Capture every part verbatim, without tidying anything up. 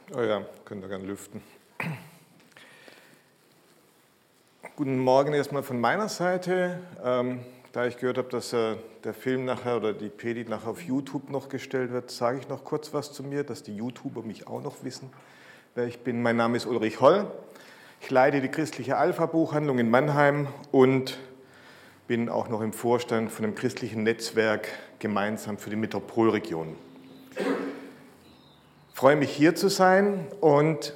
Oh ja, könnt ihr gerne lüften. Guten Morgen erstmal von meiner Seite. Ähm, da ich gehört habe, dass äh, der Film nachher oder die Predigt nachher auf YouTube noch gestellt wird, sage ich noch kurz was zu mir, dass die YouTuber mich auch noch wissen, wer ich bin. Mein Name ist Ulrich Holl. Ich leite die christliche Alpha-Buchhandlung in Mannheim und bin auch noch im Vorstand von einem christlichen Netzwerk gemeinsam für die Metropolregion. Ich freue mich, hier zu sein und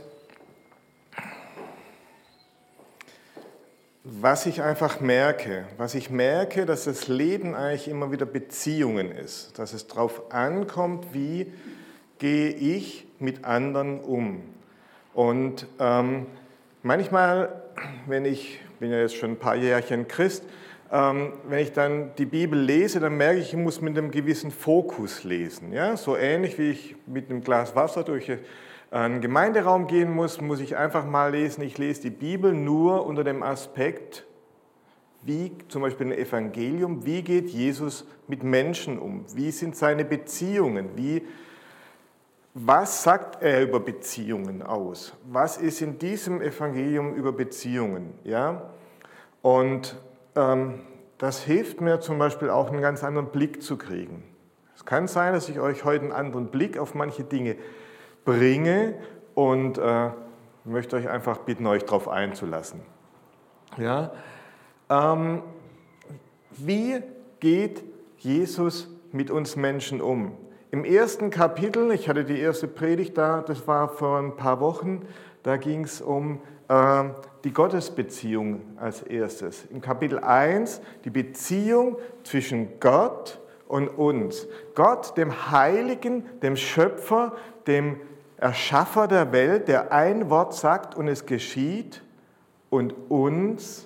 was ich einfach merke, was ich merke, dass das Leben eigentlich immer wieder Beziehungen ist, dass es darauf ankommt, wie gehe ich mit anderen um. Und ähm, manchmal, wenn ich, bin ja jetzt schon ein paar Jährchen Christ, ähm, wenn ich dann die Bibel lese, dann merke ich, ich muss mit einem gewissen Fokus lesen. Ja? So ähnlich wie ich mit einem Glas Wasser durch einen Gemeinderaum gehen muss, muss ich einfach mal lesen, ich lese die Bibel nur unter dem Aspekt, wie zum Beispiel ein Evangelium, wie geht Jesus mit Menschen um, wie sind seine Beziehungen, wie, was sagt er über Beziehungen aus, was ist in diesem Evangelium über Beziehungen. Ja? Und ähm, das hilft mir zum Beispiel auch, einen ganz anderen Blick zu kriegen. Es kann sein, dass ich euch heute einen anderen Blick auf manche Dinge bringe und äh, möchte euch einfach bitten, euch darauf einzulassen. Ja? Ähm, wie geht Jesus mit uns Menschen um? Im ersten Kapitel, ich hatte die erste Predigt da, das war vor ein paar Wochen, da ging es um äh, die Gottesbeziehung als erstes. Im Kapitel eins die Beziehung zwischen Gott und uns. Gott, dem Heiligen, dem Schöpfer, dem Erschaffer der Welt, der ein Wort sagt und es geschieht, und uns,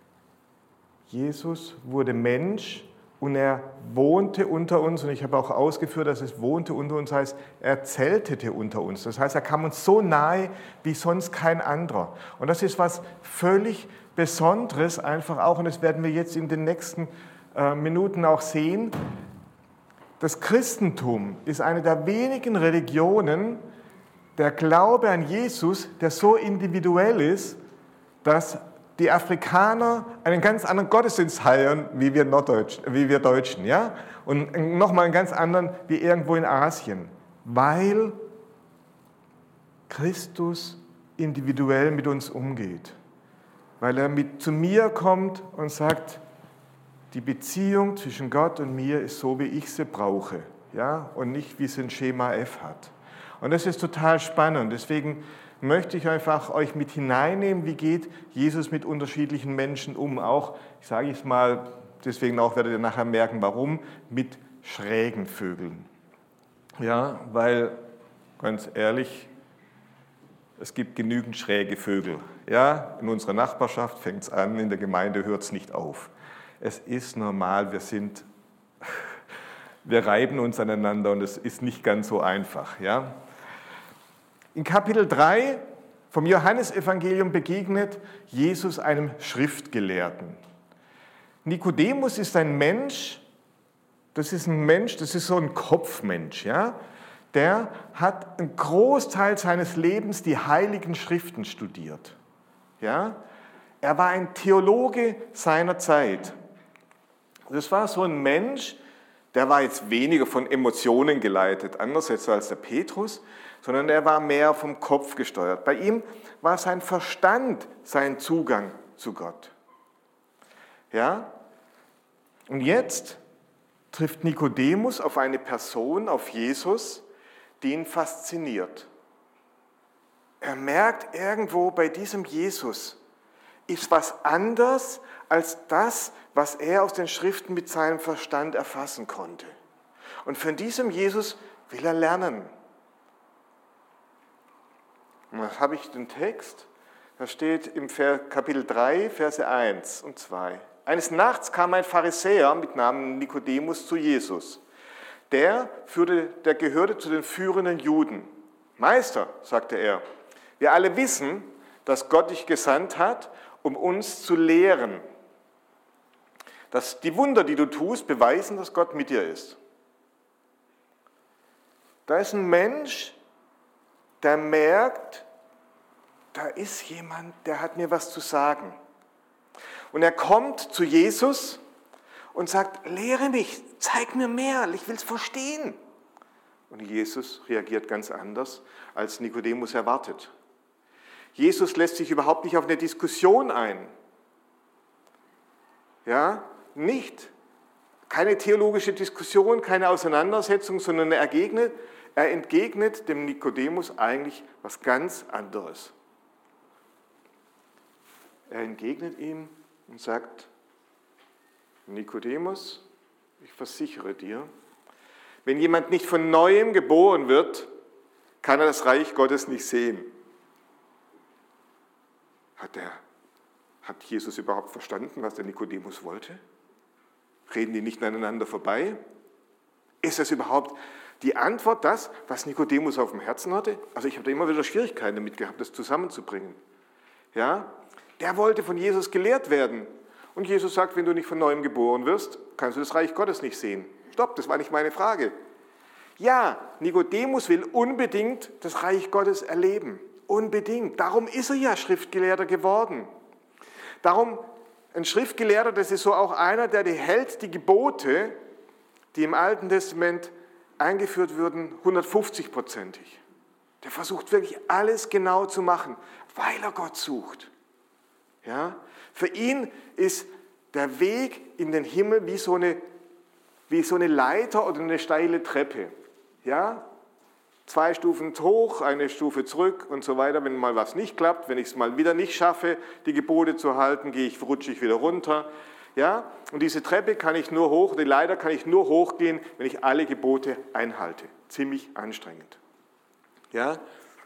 Jesus wurde Mensch und er wohnte unter uns, und ich habe auch ausgeführt, dass es wohnte unter uns heißt, er zeltete unter uns. Das heißt, er kam uns so nahe wie sonst kein anderer. Und das ist was völlig Besonderes einfach auch, und das werden wir jetzt in den nächsten äh, Minuten auch sehen. Das Christentum ist eine der wenigen Religionen, der Glaube an Jesus, der so individuell ist, dass die Afrikaner einen ganz anderen Gottesdienst feiern, wie wir Norddeutschen, wie wir Deutschen, ja? Und nochmal einen ganz anderen wie irgendwo in Asien, weil Christus individuell mit uns umgeht, weil er mit zu mir kommt und sagt, die Beziehung zwischen Gott und mir ist so, wie ich sie brauche, ja? Und nicht, wie sie ein Schema F hat. Und das ist total spannend. Deswegen möchte ich einfach euch mit hineinnehmen, wie geht Jesus mit unterschiedlichen Menschen um. Auch, ich sage es mal, deswegen auch werdet ihr nachher merken, warum, mit schrägen Vögeln. Ja, weil, ganz ehrlich, es gibt genügend schräge Vögel. Ja, in unserer Nachbarschaft fängt es an, in der Gemeinde hört es nicht auf. Es ist normal, wir sind, wir reiben uns aneinander und es ist nicht ganz so einfach. Ja. In Kapitel drei vom Johannesevangelium begegnet Jesus einem Schriftgelehrten. Nikodemus ist ein Mensch, das ist ein Mensch, das ist so ein Kopfmensch, ja? Der hat einen Großteil seines Lebens die Heiligen Schriften studiert. Ja? Er war ein Theologe seiner Zeit. Das war so ein Mensch, der war jetzt weniger von Emotionen geleitet, anders jetzt als der Petrus, sondern er war mehr vom Kopf gesteuert. Bei ihm war sein Verstand sein Zugang zu Gott. Ja? Und jetzt trifft Nikodemus auf eine Person, auf Jesus, die ihn fasziniert. Er merkt irgendwo bei diesem Jesus ist was anders als das, was er aus den Schriften mit seinem Verstand erfassen konnte. Und von diesem Jesus will er lernen. Und da habe ich den Text, da steht im Kapitel drei, Verse eins und zwei. Eines Nachts kam ein Pharisäer mit Namen Nikodemus zu Jesus. Der, führte, der gehörte zu den führenden Juden. Meister, sagte er, wir alle wissen, dass Gott dich gesandt hat, um uns zu lehren. Dass die Wunder, die du tust, beweisen, dass Gott mit dir ist. Da ist ein Mensch, der merkt, da ist jemand, der hat mir was zu sagen. Und er kommt zu Jesus und sagt, lehre mich, zeig mir mehr, ich will es verstehen. Und Jesus reagiert ganz anders, als Nikodemus erwartet. Jesus lässt sich überhaupt nicht auf eine Diskussion ein. Ja, nicht. Keine theologische Diskussion, keine Auseinandersetzung, sondern er entgegnet, er entgegnet dem Nikodemus eigentlich was ganz anderes. Er entgegnet ihm und sagt, Nikodemus, ich versichere dir, wenn jemand nicht von Neuem geboren wird, kann er das Reich Gottes nicht sehen. Hat, der, hat Jesus überhaupt verstanden, was der Nikodemus wollte? Reden die nicht aneinander vorbei? Ist das überhaupt die Antwort, das, was Nikodemus auf dem Herzen hatte? Also ich habe da immer wieder Schwierigkeiten damit gehabt, das zusammenzubringen. Ja? Der wollte von Jesus gelehrt werden. Und Jesus sagt, wenn du nicht von Neuem geboren wirst, kannst du das Reich Gottes nicht sehen. Stopp, das war nicht meine Frage. Ja, Nikodemus will unbedingt das Reich Gottes erleben. Unbedingt. Darum ist er ja Schriftgelehrter geworden. Darum, ein Schriftgelehrter, das ist so auch einer, der die hält die Gebote, die im Alten Testament eingeführt wurden, hundertfünfzig-prozentig. Der versucht wirklich alles genau zu machen, weil er Gott sucht. Ja? Für ihn ist der Weg in den Himmel wie so eine, wie so eine Leiter oder eine steile Treppe. Ja? Zwei Stufen hoch, eine Stufe zurück und so weiter. Wenn mal was nicht klappt, wenn ich es mal wieder nicht schaffe, die Gebote zu halten, gehe ich, rutsche ich wieder runter. Ja? Und diese Treppe kann ich nur hoch, die Leiter kann ich nur hochgehen, wenn ich alle Gebote einhalte. Ziemlich anstrengend. Ja?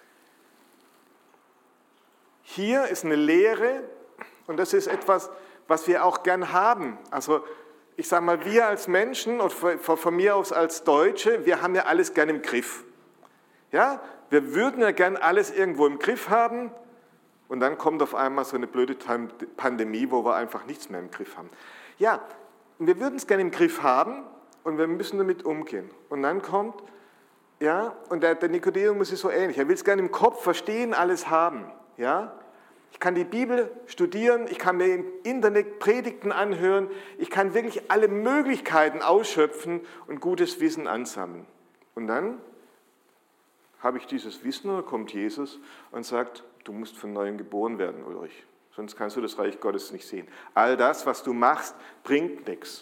Hier ist eine Lehre, und das ist etwas, was wir auch gern haben. Also ich sage mal, wir als Menschen und von mir aus als Deutsche, wir haben ja alles gern im Griff. Ja, wir würden ja gern alles irgendwo im Griff haben und dann kommt auf einmal so eine blöde Pandemie, wo wir einfach nichts mehr im Griff haben. Ja, wir würden es gerne im Griff haben und wir müssen damit umgehen. Und dann kommt, ja, und der, der Nikodemus ist so ähnlich, er will es gerne im Kopf verstehen, alles haben. Ja, ich kann die Bibel studieren, ich kann mir im Internet Predigten anhören, ich kann wirklich alle Möglichkeiten ausschöpfen und gutes Wissen ansammeln. Und dann habe ich dieses Wissen, und dann kommt Jesus und sagt, du musst von Neuem geboren werden, Ulrich, sonst kannst du das Reich Gottes nicht sehen. All das, was du machst, bringt nichts.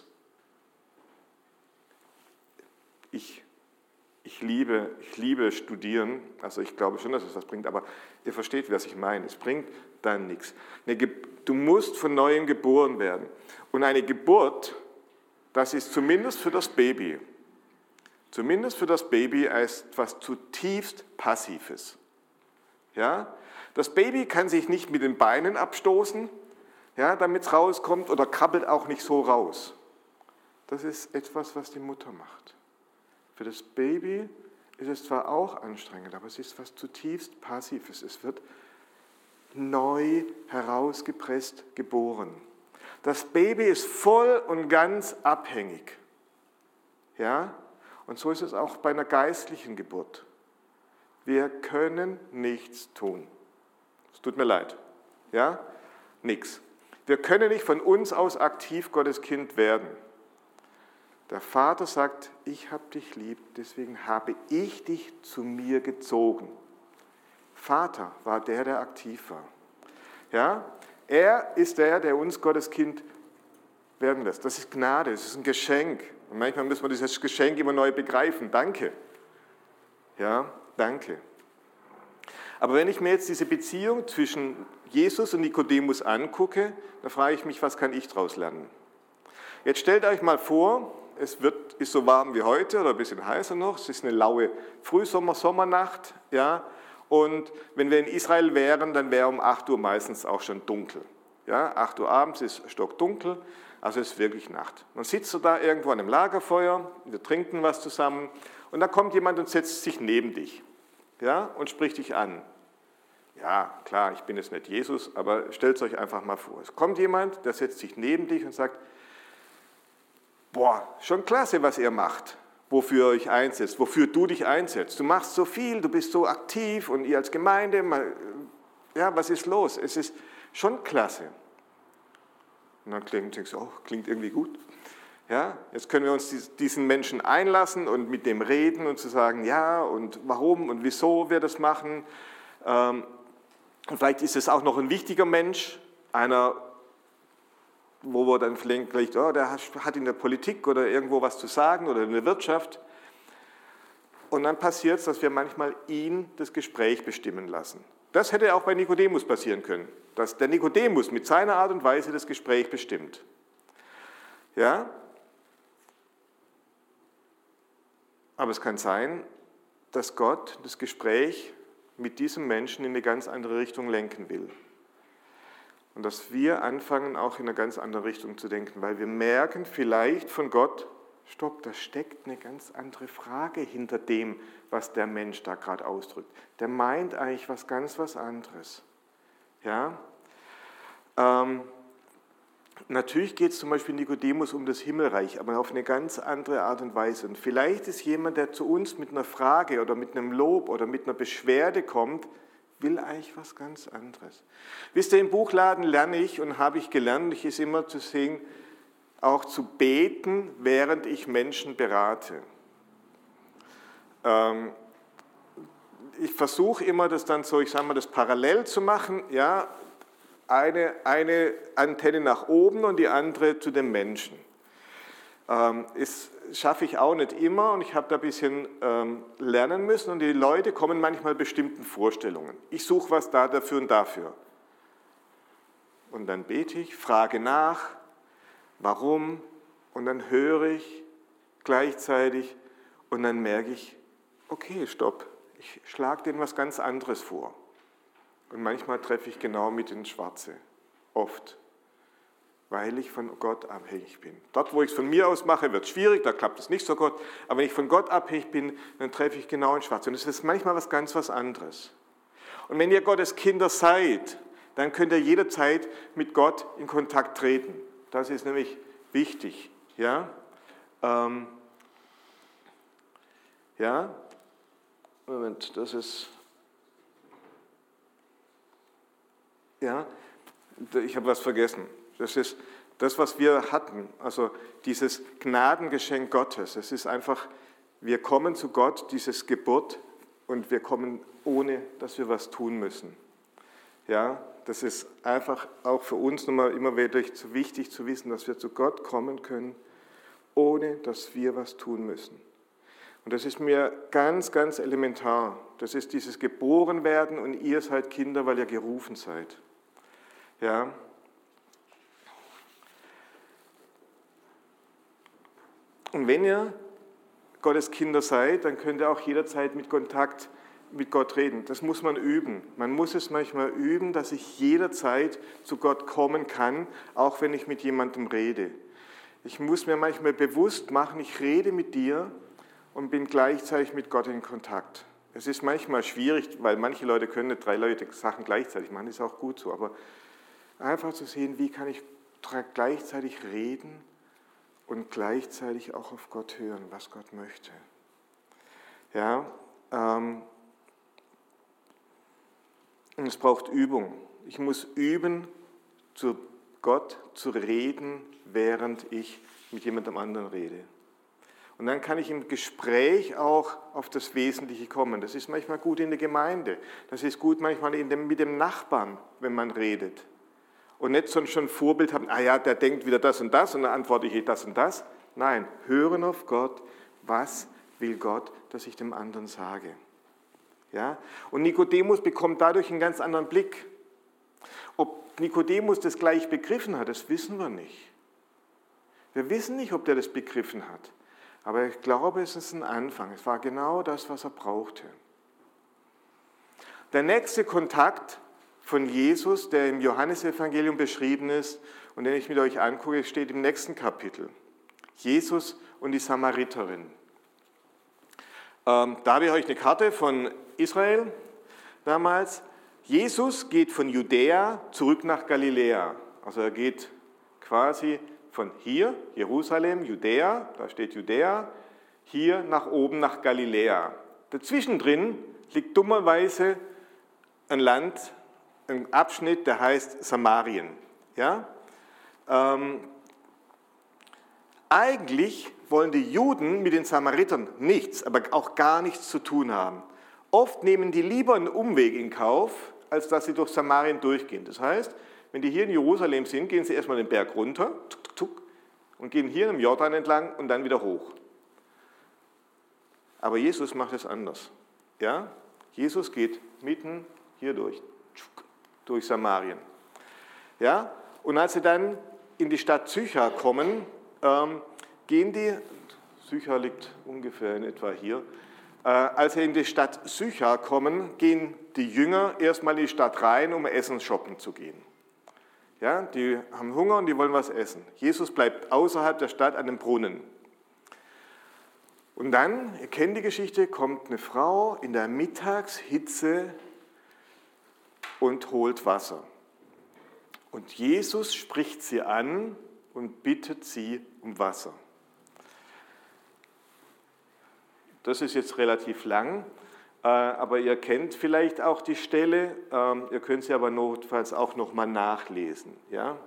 Ich, ich, liebe, ich liebe Studieren, also ich glaube schon, dass es was bringt, aber ihr versteht, was ich meine, es bringt dann nichts. Du musst von Neuem geboren werden. Und eine Geburt, das ist zumindest für das Baby, Zumindest für das Baby als etwas zutiefst Passives. Ja? Das Baby kann sich nicht mit den Beinen abstoßen, ja, damit es rauskommt, oder krabbelt auch nicht so raus. Das ist etwas, was die Mutter macht. Für das Baby ist es zwar auch anstrengend, aber es ist etwas zutiefst Passives. Es wird neu herausgepresst geboren. Das Baby ist voll und ganz abhängig. Ja? Und so ist es auch bei einer geistlichen Geburt. Wir können nichts tun. Es tut mir leid. Ja? Nichts. Wir können nicht von uns aus aktiv Gottes Kind werden. Der Vater sagt, ich habe dich lieb, deswegen habe ich dich zu mir gezogen. Vater war der, der aktiv war. Ja? Er ist der, der uns Gottes Kind werden lässt. Das ist Gnade, das ist ein Geschenk. Und manchmal müssen wir dieses Geschenk immer neu begreifen. Danke. Ja, danke. Aber wenn ich mir jetzt diese Beziehung zwischen Jesus und Nikodemus angucke, dann frage ich mich, was kann ich daraus lernen? Jetzt stellt euch mal vor, es wird, ist so warm wie heute oder ein bisschen heißer noch, es ist eine laue Frühsommer-Sommernacht, ja, und wenn wir in Israel wären, dann wäre um acht Uhr meistens auch schon dunkel. Ja, acht Uhr abends ist stockdunkel, also es ist wirklich Nacht. Man sitzt so da irgendwo an einem Lagerfeuer, wir trinken was zusammen und da kommt jemand und setzt sich neben dich, ja, und spricht dich an. Ja, klar, ich bin jetzt nicht Jesus, aber stellt es euch einfach mal vor. Es kommt jemand, der setzt sich neben dich und sagt, boah, schon klasse, was ihr macht. wofür ihr euch einsetzt, wofür du dich einsetzt. Du machst so viel, du bist so aktiv und ihr als Gemeinde, ja, was ist los? Es ist schon klasse. Und dann klingt es oh, klingt irgendwie gut. Ja, jetzt können wir uns diesen Menschen einlassen und mit dem reden und zu sagen, ja, und warum und wieso wir das machen. Und vielleicht ist es auch noch ein wichtiger Mensch, einer, wo wir dann vielleicht, oh, der hat in der Politik oder irgendwo was zu sagen oder in der Wirtschaft. Und dann passiert es, dass wir manchmal ihn das Gespräch bestimmen lassen. Das hätte auch bei Nikodemus passieren können, dass der Nikodemus mit seiner Art und Weise das Gespräch bestimmt. Ja? Aber es kann sein, dass Gott das Gespräch mit diesem Menschen in eine ganz andere Richtung lenken will. Und dass wir anfangen, auch in eine ganz andere Richtung zu denken, weil wir merken vielleicht von Gott, stopp, da steckt eine ganz andere Frage hinter dem, was der Mensch da gerade ausdrückt. Der meint eigentlich was ganz was anderes. Ja? Ähm, natürlich geht es zum Beispiel Nikodemus um das Himmelreich, aber auf eine ganz andere Art und Weise. Und vielleicht ist jemand, der zu uns mit einer Frage oder mit einem Lob oder mit einer Beschwerde kommt, will eigentlich was ganz anderes. Wisst ihr, im Buchladen lerne ich und habe ich gelernt, ich ist immer zu sehen, auch zu beten, während ich Menschen berate. Ähm, ich versuche immer, das dann so, ich sage mal, das parallel zu machen, ja, eine, eine Antenne nach oben und die andere zu dem Menschen. Ähm, das schaffe ich auch nicht immer und ich habe da ein bisschen ähm, lernen müssen und die Leute kommen manchmal bestimmten Vorstellungen. Ich suche was da dafür und dafür. Und dann bete ich, frage nach, warum, und dann höre ich gleichzeitig und dann merke ich, okay, stopp, ich schlage denen was ganz anderes vor. Und manchmal treffe ich genau mit ins Schwarze, oft, weil ich von Gott abhängig bin. Dort, wo ich es von mir aus mache, wird es schwierig, da klappt es nicht so gut, aber wenn ich von Gott abhängig bin, dann treffe ich genau ins Schwarze. Und es ist manchmal was ganz was anderes. Und wenn ihr Gottes Kinder seid, dann könnt ihr jederzeit mit Gott in Kontakt treten. Das ist nämlich wichtig. Ja, ähm, ja? Moment, das ist, ja, ich habe was vergessen. Das ist das, was wir hatten, also dieses Gnadengeschenk Gottes. Es ist einfach, wir kommen zu Gott, dieses Geburt, und wir kommen ohne, dass wir was tun müssen. Ja, das ist einfach auch für uns nochmal immer wieder so wichtig zu wissen, dass wir zu Gott kommen können, ohne dass wir was tun müssen. Und das ist mir ganz, ganz elementar. Das ist dieses Geborenwerden und ihr seid Kinder, weil ihr gerufen seid. Ja. Und wenn ihr Gottes Kinder seid, dann könnt ihr auch jederzeit mit Kontakt mit Gott reden. Das muss man üben. Man muss es manchmal üben, dass ich jederzeit zu Gott kommen kann, auch wenn ich mit jemandem rede. Ich muss mir manchmal bewusst machen, ich rede mit dir und bin gleichzeitig mit Gott in Kontakt. Es ist manchmal schwierig, weil manche Leute können nicht drei Leute Sachen gleichzeitig machen, das ist auch gut so, aber einfach zu sehen, wie kann ich gleichzeitig reden und gleichzeitig auch auf Gott hören, was Gott möchte. Ja, ähm, und es braucht Übung. Ich muss üben, zu Gott zu reden, während ich mit jemandem anderen rede. Und dann kann ich im Gespräch auch auf das Wesentliche kommen. Das ist manchmal gut in der Gemeinde. Das ist gut manchmal in dem, mit dem Nachbarn, wenn man redet. Und nicht so schon ein Vorbild haben, ah ja, der denkt wieder das und das und dann antworte ich das und das. Nein, hören auf Gott, was will Gott, dass ich dem anderen sage. Ja? Und Nikodemus bekommt dadurch einen ganz anderen Blick. Ob Nikodemus das gleich begriffen hat, das wissen wir nicht. Wir wissen nicht, ob der das begriffen hat. Aber ich glaube, es ist ein Anfang. Es war genau das, was er brauchte. Der nächste Kontakt von Jesus, der im Johannesevangelium beschrieben ist und den ich mit euch angucke, steht im nächsten Kapitel. Jesus und die Samariterin. Ähm, da habe ich euch eine Karte von Israel damals. Jesus geht von Judäa zurück nach Galiläa. Also er geht quasi von hier, Jerusalem, Judäa, da steht Judäa, hier nach oben nach Galiläa. Dazwischen drin liegt dummerweise ein Land, ein Abschnitt, der heißt Samarien. Ja? Ähm, eigentlich wollen die Juden mit den Samaritern nichts, aber auch gar nichts zu tun haben. Oft nehmen die lieber einen Umweg in Kauf, als dass sie durch Samarien durchgehen. Das heißt, wenn die hier in Jerusalem sind, gehen sie erstmal den Berg runter tuk, tuk, tuk, und gehen hier im Jordan entlang und dann wieder hoch. Aber Jesus macht es anders. Ja? Jesus geht mitten hier durch, durch Samarien. Ja? Und als sie dann in die Stadt Sychar kommen, ähm, gehen die, Sychar liegt ungefähr in etwa hier, äh, als sie in die Stadt Sychar kommen, gehen die Jünger erstmal in die Stadt rein, um Essen shoppen zu gehen. Ja, die haben Hunger und die wollen was essen. Jesus bleibt außerhalb der Stadt an dem Brunnen. Und dann, ihr kennt die Geschichte, kommt eine Frau in der Mittagshitze und holt Wasser. Und Jesus spricht sie an und bittet sie um Wasser. Das ist jetzt relativ lang, aber ihr kennt vielleicht auch die Stelle, ihr könnt sie aber notfalls auch nochmal nachlesen. Ja?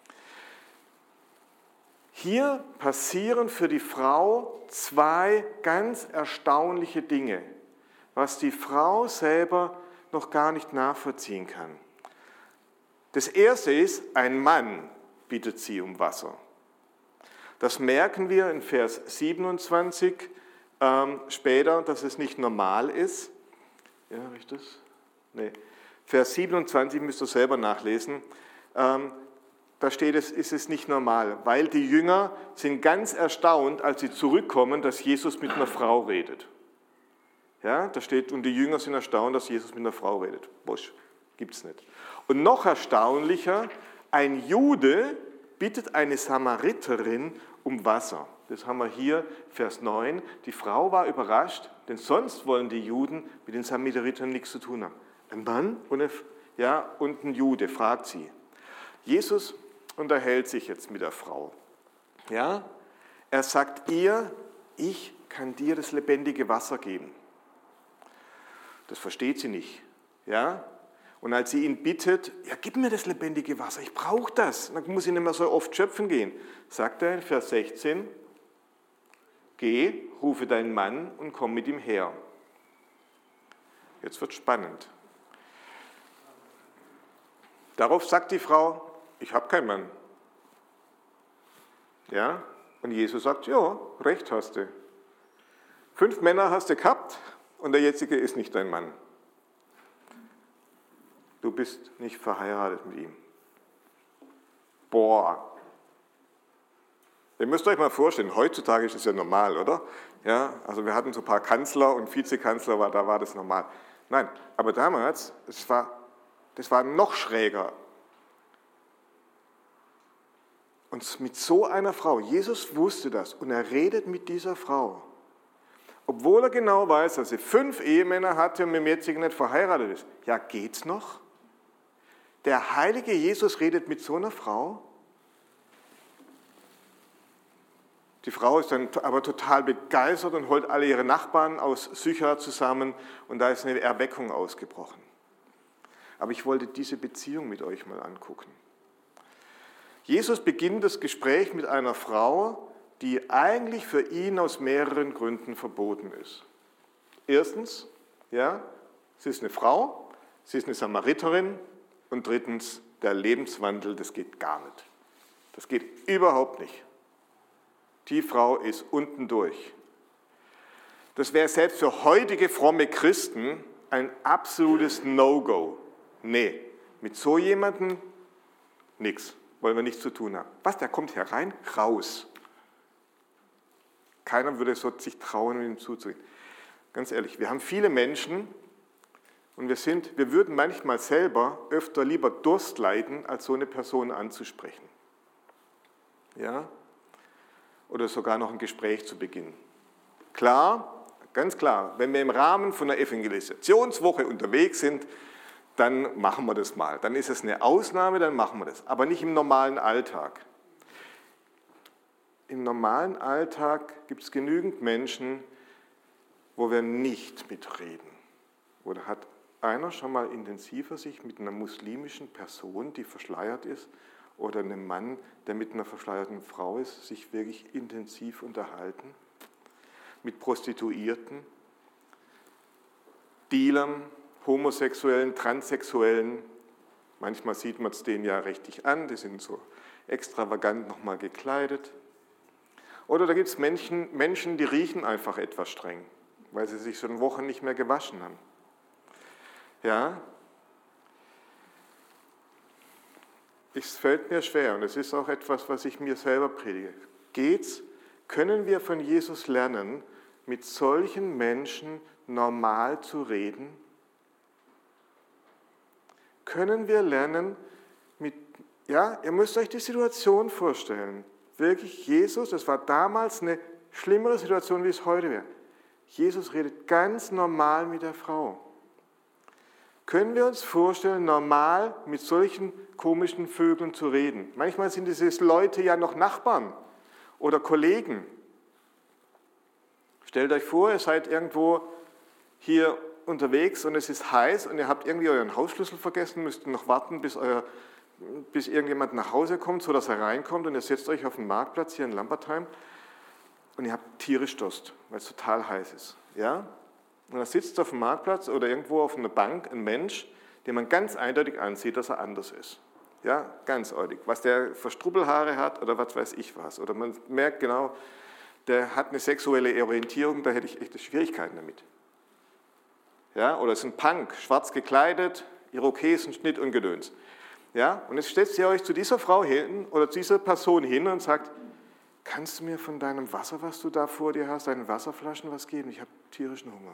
Hier passieren für die Frau zwei ganz erstaunliche Dinge, was die Frau selber noch gar nicht nachvollziehen kann. Das erste ist, ein Mann bittet sie um Wasser. Das merken wir in Vers siebenundzwanzig ähm, später, dass es nicht normal ist. Ja, habe ich das? Nee. Vers siebenundzwanzig müsst ihr selber nachlesen. Ähm, da steht es, ist es nicht normal, weil die Jünger sind ganz erstaunt, als sie zurückkommen, dass Jesus mit einer Frau redet. Ja, da steht, und die Jünger sind erstaunt, dass Jesus mit einer Frau redet. Bosch, gibt es nicht. Und noch erstaunlicher, ein Jude bittet eine Samariterin um Wasser. Das haben wir hier, Vers neun. Die Frau war überrascht, denn sonst wollen die Juden mit den Samaritern nichts zu tun haben. Ein Mann und, eine, ja, und ein Jude, fragt sie. Jesus unterhält sich jetzt mit der Frau. Ja? Er sagt ihr, ich kann dir das lebendige Wasser geben. Das versteht sie nicht. Ja? Und als sie ihn bittet, ja, gib mir das lebendige Wasser, ich brauche das, dann muss ich nicht mehr so oft schöpfen gehen, sagt er in Vers sechzehn, geh, rufe deinen Mann und komm mit ihm her. Jetzt wird spannend. Darauf sagt die Frau, ich habe keinen Mann. Ja? Und Jesus sagt, ja, recht hast du. Fünf Männer hast du gehabt und der jetzige ist nicht dein Mann. Du bist nicht verheiratet mit ihm. Boah. Ihr müsst euch mal vorstellen, heutzutage ist es ja normal, oder? Ja, also wir hatten so ein paar Kanzler und Vizekanzler, da war das normal. Nein, aber damals, das war, das war noch schräger. Und mit so einer Frau, Jesus wusste das und er redet mit dieser Frau. Obwohl er genau weiß, dass sie fünf Ehemänner hatte und mit dem jetzigen nicht verheiratet ist. Ja, geht's noch? Der heilige Jesus redet mit so einer Frau. Die Frau ist dann aber total begeistert und holt alle ihre Nachbarn aus Sychar zusammen und da ist eine Erweckung ausgebrochen. Aber ich wollte diese Beziehung mit euch mal angucken. Jesus beginnt das Gespräch mit einer Frau, die eigentlich für ihn aus mehreren Gründen verboten ist. Erstens, ja, sie ist eine Frau, sie ist eine Samariterin und drittens, der Lebenswandel, das geht gar nicht. Das geht überhaupt nicht. Die Frau ist unten durch. Das wäre selbst für heutige fromme Christen ein absolutes No-Go. Nee, mit so jemandem nichts, wollen wir nichts zu tun haben. Was, der kommt herein? Raus. Keiner würde so sich trauen, mit ihm zuzureden. Ganz ehrlich, wir haben viele Menschen und wir, sind, wir würden manchmal selber öfter lieber Durst leiden, als so eine Person anzusprechen. Ja? Oder sogar noch ein Gespräch zu beginnen. Klar, ganz klar, wenn wir im Rahmen von einer Evangelisationswoche unterwegs sind, dann machen wir das mal. Dann ist es eine Ausnahme, dann machen wir das. Aber nicht im normalen Alltag. im normalen Alltag gibt es genügend Menschen, wo wir nicht mitreden. Oder hat einer schon mal intensiver sich mit einer muslimischen Person, die verschleiert ist, oder einem Mann, der mit einer verschleierten Frau ist, sich wirklich intensiv unterhalten? Mit Prostituierten, Dealern, Homosexuellen, Transsexuellen. Manchmal sieht man es denen ja richtig an, die sind so extravagant nochmal gekleidet. Oder da gibt es Menschen, Menschen, die riechen einfach etwas streng, weil sie sich schon Wochen nicht mehr gewaschen haben. Ja, es fällt mir schwer und es ist auch etwas, was ich mir selber predige. Geht's? Können wir von Jesus lernen, mit solchen Menschen normal zu reden? Können wir lernen, mit, ja, ihr müsst euch die Situation vorstellen. Wirklich, Jesus, das war damals eine schlimmere Situation, wie es heute wäre. Jesus redet ganz normal mit der Frau. Können wir uns vorstellen, normal mit solchen komischen Vögeln zu reden? Manchmal sind diese Leute ja noch Nachbarn oder Kollegen. Stellt euch vor, ihr seid irgendwo hier unterwegs und es ist heiß und ihr habt irgendwie euren Hausschlüssel vergessen, müsst noch warten, bis, euer, bis irgendjemand nach Hause kommt, sodass er reinkommt und ihr setzt euch auf den Marktplatz hier in Lambertheim und ihr habt tierisch Durst, weil es total heiß ist. Ja? Und da sitzt auf dem Marktplatz oder irgendwo auf einer Bank ein Mensch, den man ganz eindeutig ansieht, dass er anders ist. Ja, ganz eindeutig. Was der für Strubbelhaare hat oder was weiß ich was. Oder man merkt genau, der hat eine sexuelle Orientierung, da hätte ich echte Schwierigkeiten damit. Ja, oder ist ein Punk, schwarz gekleidet, Irokesenschnitt und Gedöns. Ja, und jetzt stellt ihr euch zu dieser Frau hin oder zu dieser Person hin und sagt, kannst du mir von deinem Wasser, was du da vor dir hast, deinen Wasserflaschen was geben? Ich habe tierischen Hunger.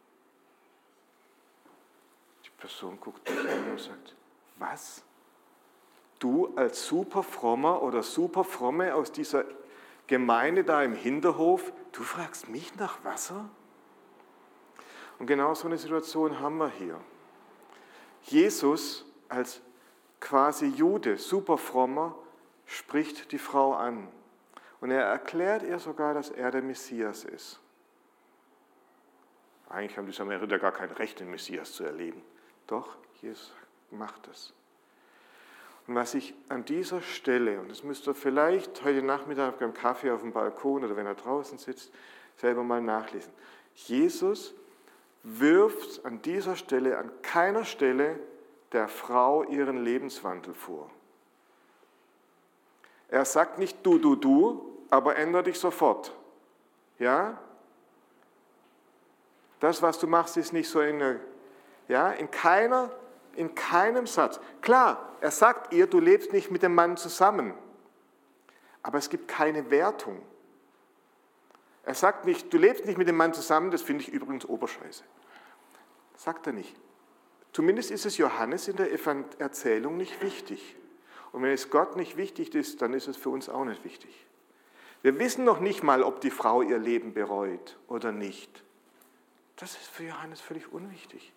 Die Person guckt dich an und sagt, was? Du als super frommer oder super fromme aus dieser Gemeinde da im Hinterhof, du fragst mich nach Wasser? Und genau so eine Situation haben wir hier. Jesus als quasi Jude, super frommer, spricht die Frau an. Und er erklärt ihr sogar, dass er der Messias ist. Eigentlich haben die Samariter gar kein Recht, den Messias zu erleben. Doch, Jesus macht es. Und was ich an dieser Stelle, und das müsst ihr vielleicht heute Nachmittag beim Kaffee auf dem Balkon oder wenn er draußen sitzt, selber mal nachlesen. Jesus wirft an dieser Stelle, an keiner Stelle der Frau ihren Lebenswandel vor. Er sagt nicht du, du, du, aber ändere dich sofort. Ja? Das, was du machst, ist nicht so in, eine, ja, in, keiner, in keinem Satz. Klar, er sagt ihr, du lebst nicht mit dem Mann zusammen, aber es gibt keine Wertung. Er sagt nicht, du lebst nicht mit dem Mann zusammen, das finde ich übrigens Oberscheiße. Sagt er nicht. Zumindest ist es Johannes in der Erzählung nicht wichtig. Und wenn es Gott nicht wichtig ist, dann ist es für uns auch nicht wichtig. Wir wissen noch nicht mal, ob die Frau ihr Leben bereut oder nicht. Das ist für Johannes völlig unwichtig.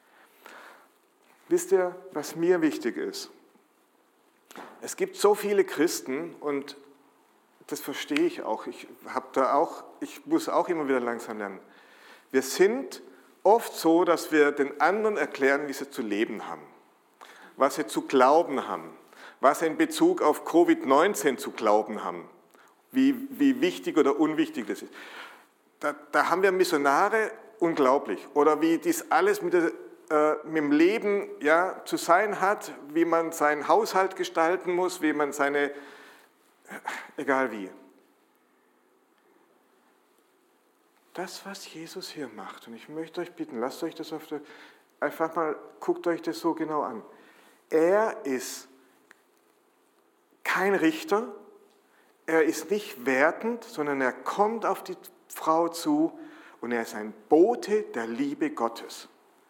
Wisst ihr, was mir wichtig ist? Es gibt so viele Christen und das verstehe ich auch. Ich habe da auch, ich muss auch immer wieder langsam lernen. Wir sind oft so, dass wir den anderen erklären, wie sie zu leben haben, was sie zu glauben haben, was sie in Bezug auf Covid neunzehn zu glauben haben, wie, wie wichtig oder unwichtig das ist. Da, da haben wir Missionare, unglaublich. Oder wie dies alles mit, der, äh, mit dem Leben ja, zu sein hat, wie man seinen Haushalt gestalten muss, wie man seine, egal wie. Das, was Jesus hier macht, und ich möchte euch bitten, lasst euch das auf der, einfach mal, guckt euch das so genau an. Er ist kein Richter, er ist nicht wertend, sondern er kommt auf die Frau zu und er ist ein Bote der Liebe Gottes.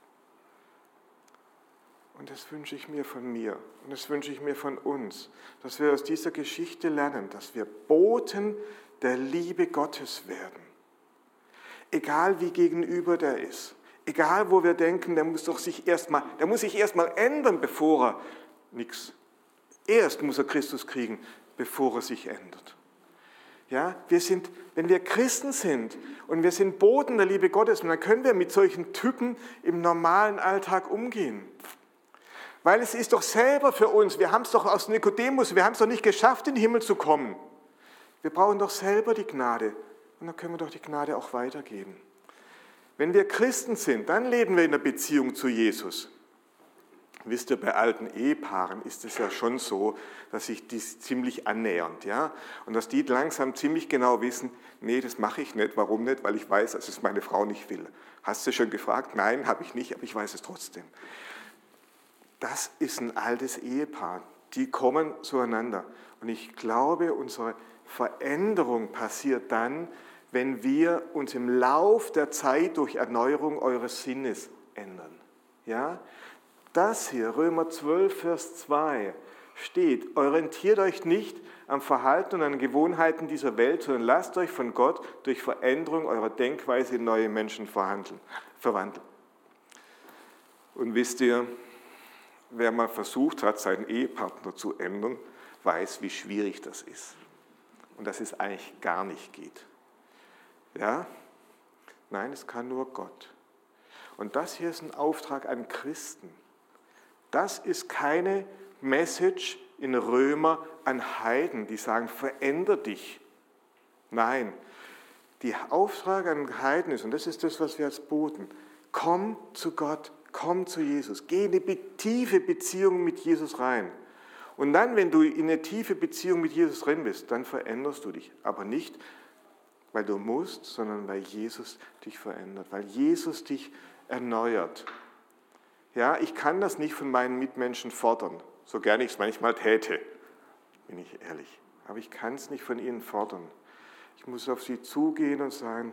Und das wünsche ich mir von mir und das wünsche ich mir von uns, dass wir aus dieser Geschichte lernen, dass wir Boten der Liebe Gottes werden. Egal wie gegenüber der ist, egal wo wir denken, der muss doch sich erstmal, der muss sich erstmal ändern, bevor er nichts. Erst muss er Christus kriegen, bevor er sich ändert. Ja, wir sind, wenn wir Christen sind und wir sind Boden der Liebe Gottes, dann können wir mit solchen Typen im normalen Alltag umgehen. Weil es ist doch selber für uns, wir haben es doch aus Nikodemus, wir haben es doch nicht geschafft, in den Himmel zu kommen. Wir brauchen doch selber die Gnade und dann können wir doch die Gnade auch weitergeben. Wenn wir Christen sind, dann leben wir in der Beziehung zu Jesus. Wisst ihr, bei alten Ehepaaren ist es ja schon so, dass sich dies ziemlich annähernd, ja, und dass die langsam ziemlich genau wissen, nee, das mache ich nicht, warum nicht, weil ich weiß, dass es meine Frau nicht will. Hast du schon gefragt? Nein, habe ich nicht, aber ich weiß es trotzdem. Das ist ein altes Ehepaar, die kommen zueinander. Und ich glaube, unsere Veränderung passiert dann, wenn wir uns im Lauf der Zeit durch Erneuerung eures Sinnes ändern, ja. Das hier, Römer zwölf, Vers zwei, steht, orientiert euch nicht am Verhalten und an Gewohnheiten dieser Welt, sondern lasst euch von Gott durch Veränderung eurer Denkweise in neue Menschen verwandeln. Und wisst ihr, wer mal versucht hat, seinen Ehepartner zu ändern, weiß, wie schwierig das ist. Und dass es eigentlich gar nicht geht. Ja? Nein, es kann nur Gott. Und das hier ist ein Auftrag an Christen. Das ist keine Message in Römer an Heiden, die sagen, veränder dich. Nein, der Auftrag an Heiden ist, und das ist das, was wir als Boten, komm zu Gott, komm zu Jesus, geh in eine tiefe Beziehung mit Jesus rein. Und dann, wenn du in eine tiefe Beziehung mit Jesus drin bist, dann veränderst du dich. Aber nicht, weil du musst, sondern weil Jesus dich verändert, weil Jesus dich erneuert. Ja, ich kann das nicht von meinen Mitmenschen fordern, so gerne ich es manchmal täte, bin ich ehrlich. Aber ich kann es nicht von ihnen fordern. Ich muss auf sie zugehen und sagen,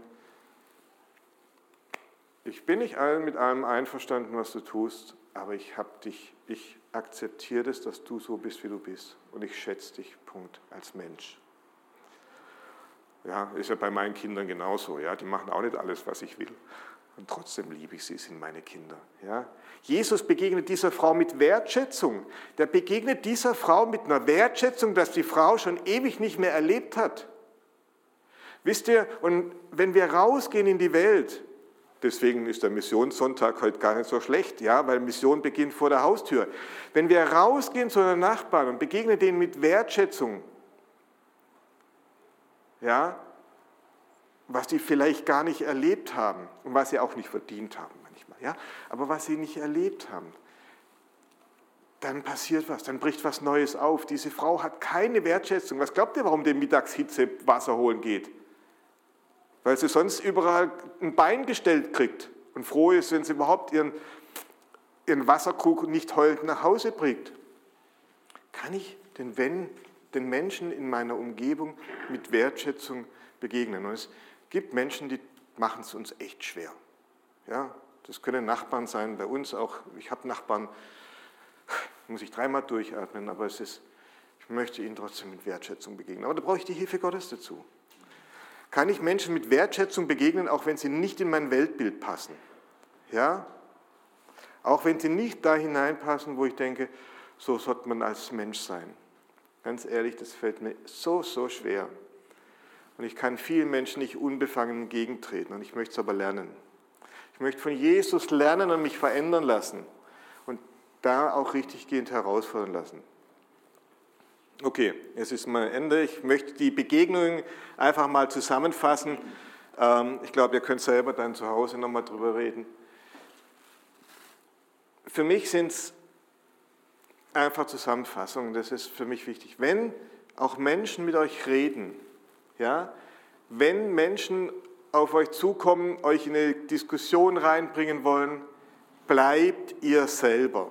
ich bin nicht mit allem einverstanden, was du tust, aber ich habe dich, ich akzeptiere das, dass du so bist, wie du bist. Und ich schätze dich, Punkt, als Mensch. Ja, ist ja bei meinen Kindern genauso. Ja, die machen auch nicht alles, was ich will. Und trotzdem liebe ich sie, sind meine Kinder. Ja? Jesus begegnet dieser Frau mit Wertschätzung. Der begegnet dieser Frau mit einer Wertschätzung, dass die Frau schon ewig nicht mehr erlebt hat. Wisst ihr, und wenn wir rausgehen in die Welt, deswegen ist der Missionssonntag heute gar nicht so schlecht, ja, weil Mission beginnt vor der Haustür. Wenn wir rausgehen zu den Nachbarn und begegnen denen mit Wertschätzung, ja, was die vielleicht gar nicht erlebt haben und was sie auch nicht verdient haben manchmal, ja, aber was sie nicht erlebt haben, dann passiert was, dann bricht was Neues auf. Diese Frau hat keine Wertschätzung. Was glaubt ihr, warum die Mittagshitze Wasser holen geht? Weil sie sonst überall ein Bein gestellt kriegt und froh ist, wenn sie überhaupt ihren, ihren Wasserkrug nicht heulend nach Hause bringt. Kann ich den, wenn, den Menschen in meiner Umgebung mit Wertschätzung begegnen? Und es gibt Menschen, die machen es uns echt schwer. Ja, das können Nachbarn sein, bei uns auch. Ich habe Nachbarn, muss ich dreimal durchatmen, aber es ist, ich möchte ihnen trotzdem mit Wertschätzung begegnen. Aber da brauche ich die Hilfe Gottes dazu. Kann ich Menschen mit Wertschätzung begegnen, auch wenn sie nicht in mein Weltbild passen? Ja? Auch wenn sie nicht da hineinpassen, wo ich denke, so sollte man als Mensch sein. Ganz ehrlich, das fällt mir so, so schwer. Und ich kann vielen Menschen nicht unbefangen entgegentreten und ich möchte es aber lernen. Ich möchte von Jesus lernen und mich verändern lassen und da auch richtiggehend herausfordern lassen. Okay, jetzt ist mein Ende. Ich möchte die Begegnungen einfach mal zusammenfassen. Ich glaube, ihr könnt selber dann zu Hause nochmal drüber reden. Für mich sind es einfach Zusammenfassungen, das ist für mich wichtig. Wenn auch Menschen mit euch reden, ja, wenn Menschen auf euch zukommen, euch in eine Diskussion reinbringen wollen, bleibt ihr selber.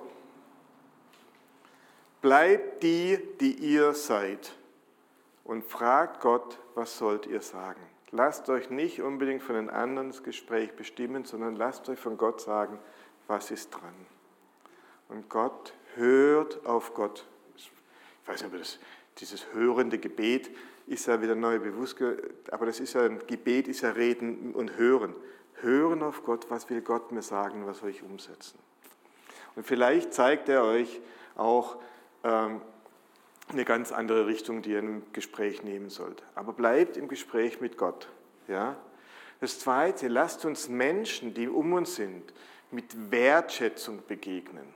Bleibt die, die ihr seid und fragt Gott, was sollt ihr sagen. Lasst euch nicht unbedingt von den anderen das Gespräch bestimmen, sondern lasst euch von Gott sagen, was ist dran. Und Gott hört auf Gott. Ich weiß nicht, ob das, dieses hörende Gebet ist ja wieder neu bewusst, aber das ist ja ein Gebet, ist ja Reden und Hören. Hören auf Gott, was will Gott mir sagen, was soll ich umsetzen. Und vielleicht zeigt er euch auch, ähm, eine ganz andere Richtung, die ihr im Gespräch nehmen sollt. Aber bleibt im Gespräch mit Gott. Ja? Das Zweite, lasst uns Menschen, die um uns sind, mit Wertschätzung begegnen.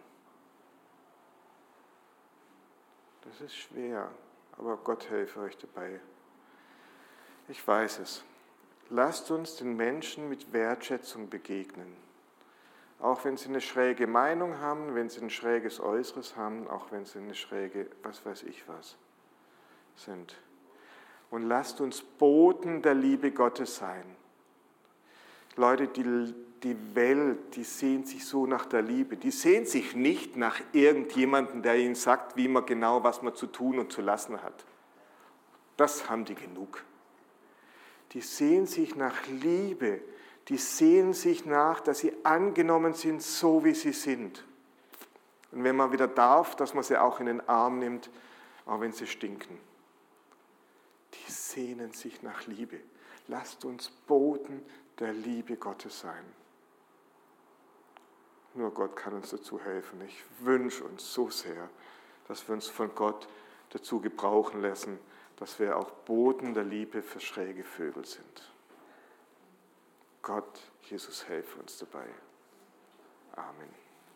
Das ist schwer, aber Gott helfe euch dabei. Ich weiß es. Lasst uns den Menschen mit Wertschätzung begegnen. Auch wenn sie eine schräge Meinung haben, wenn sie ein schräges Äußeres haben, auch wenn sie eine schräge, was weiß ich was, sind. Und lasst uns Boten der Liebe Gottes sein. Leute, die, die Welt, die sehnt sich so nach der Liebe. Die sehnt sich nicht nach irgendjemandem, der ihnen sagt, wie man genau, was man zu tun und zu lassen hat. Das haben die genug. Die sehnen sich nach Liebe. Die sehnen sich nach, dass sie angenommen sind, so wie sie sind. Und wenn man wieder darf, dass man sie auch in den Arm nimmt, auch wenn sie stinken. Die sehnen sich nach Liebe. Lasst uns Boten der Liebe Gottes sein. Nur Gott kann uns dazu helfen. Ich wünsche uns so sehr, dass wir uns von Gott dazu gebrauchen lassen, dass wir auch Boten der Liebe für schräge Vögel sind. Gott, Jesus, helfe uns dabei. Amen.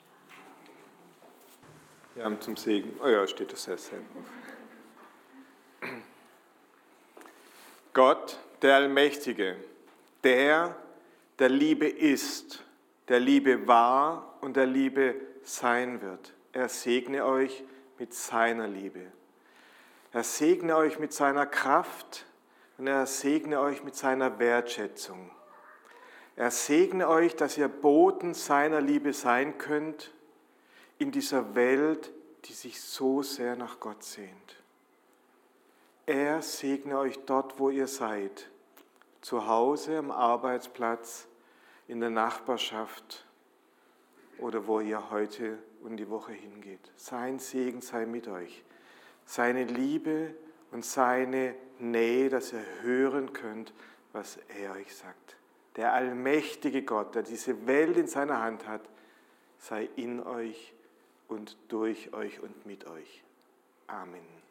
Wir haben zum Segen, oh ja, steht das erst hin. Gott, der Allmächtige, der, der Liebe ist, der Liebe war und der Liebe sein wird. Er segne euch mit seiner Liebe. Er segne euch mit seiner Kraft und er segne euch mit seiner Wertschätzung. Er segne euch, dass ihr Boten seiner Liebe sein könnt in dieser Welt, die sich so sehr nach Gott sehnt. Er segne euch dort, wo ihr seid, zu Hause, am Arbeitsplatz, in der Nachbarschaft oder wo ihr heute und die Woche hingeht. Sein Segen sei mit euch, seine Liebe und seine Nähe, dass ihr hören könnt, was er euch sagt. Der allmächtige Gott, der diese Welt in seiner Hand hat, sei in euch und durch euch und mit euch. Amen.